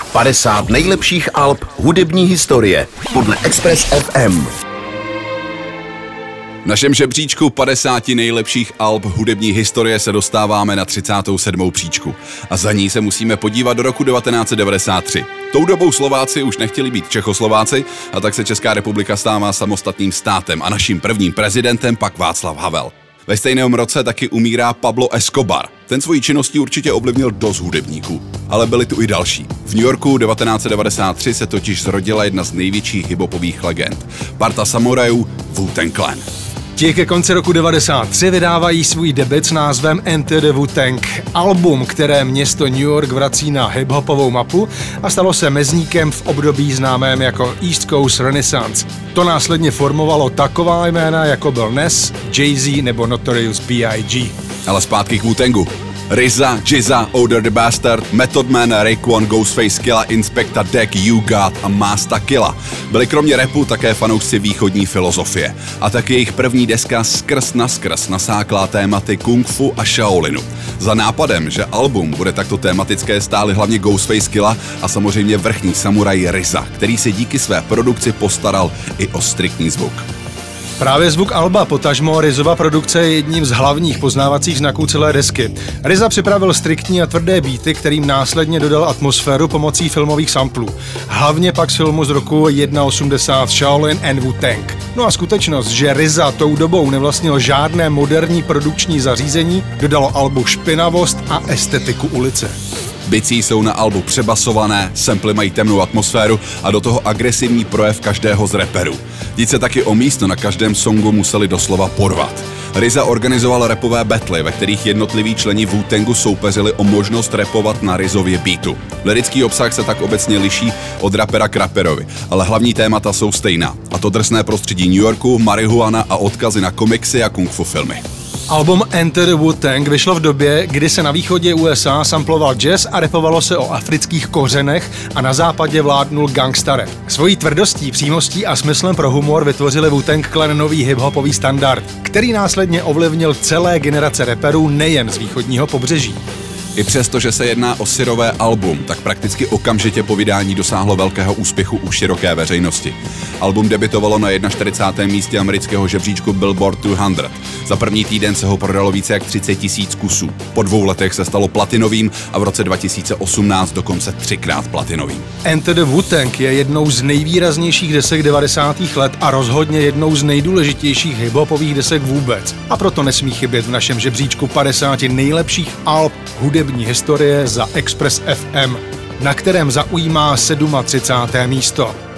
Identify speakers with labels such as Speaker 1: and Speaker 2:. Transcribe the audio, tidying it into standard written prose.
Speaker 1: 50 nejlepších alb hudební historie podle Express FM.
Speaker 2: V našem žebříčku 50 nejlepších alb hudební historie se dostáváme na 37. příčku. A za ní se musíme podívat do roku 1993. Tou dobou Slováci už nechtěli být Čechoslováci, a tak se Česká republika stává samostatným státem a naším prvním prezidentem pak Václav Havel. Ve stejném roce taky umírá Pablo Escobar. Ten svojí činností určitě ovlivnil dost hudebníků, ale byli tu i další. V New Yorku 1993 se totiž zrodila jedna z největších hiphopových legend. Parta samurajů Wu-Tang Clan.
Speaker 3: Ti ke konci roku 1993 vydávají svůj debut s názvem Enter the Wu-Tang, album, které město New York vrací na hiphopovou mapu a stalo se mezníkem v období známém jako East Coast Renaissance. To následně formovalo taková jména, jako byl Nas, Jay-Z nebo Notorious B.I.G.
Speaker 2: Ale zpátky k Wu-Tangu. RZA, Jizza, Oder the Bastard, Method Man, Raekwon, Ghostface Killah, Inspector Deck, U-God a Masta Killa byli kromě rapu také fanoušci východní filozofie. A taky jejich první deska skrz nasáklá tématy kung fu a Shaolinu. Za nápadem, že album bude takto tematické, stály hlavně Ghostface Killah a samozřejmě vrchní samuraj RZA, který se díky své produkci postaral i o striktní zvuk.
Speaker 3: Právě zvuk alba, potažmo RZAova produkce, je jedním z hlavních poznávacích znaků celé desky. RZA připravil striktní a tvrdé beaty, kterým následně dodal atmosféru pomocí filmových samplů. Hlavně pak z filmu z roku 1980 Shaolin and Wu-Tang. No a skutečnost, že RZA tou dobou nevlastnil žádné moderní produkční zařízení, dodalo albu špinavost a estetiku ulice.
Speaker 2: Bicí jsou na albu přebasované, samply mají temnou atmosféru a do toho agresivní projev každého z raperů. Dít se taky o místo na každém songu museli doslova porvat. RZA organizoval rapové battly, ve kterých jednotliví členi Wu-Tangu soupeřili o možnost rapovat na RZAově beatu. Lyrický obsah se tak obecně liší od rapera k raperovi, ale hlavní témata jsou stejná. A to drsné prostředí New Yorku, marihuana a odkazy na komiksy a kung fu filmy.
Speaker 3: Album Enter the Wu-Tang vyšlo v době, kdy se na východě USA samploval jazz a rapovalo se o afrických kořenech a na západě vládnul gangsta rap. Svojí tvrdostí, přímostí a smyslem pro humor vytvořili Wu-Tang Clan nový hiphopový standard, který následně ovlivnil celé generace raperů nejen z východního pobřeží.
Speaker 2: I přesto, že se jedná o syrové album, tak prakticky okamžitě po vydání dosáhlo velkého úspěchu u široké veřejnosti. Album debutovalo na 41. místě amerického žebříčku Billboard 200. Za první týden se ho prodalo více jak 30 000 kusů. Po 2 letech se stalo platinovým a v roce 2018 dokonce 3x platinovým.
Speaker 3: Enter the Wu-Tang je jednou z nejvýraznějších desek 90. let a rozhodně jednou z nejdůležitějších hiphopových desek vůbec. A proto nesmí chybět v našem žebříčku 50 nejlepších alb hudební historie za Express FM, na kterém zaujímá 37. místo.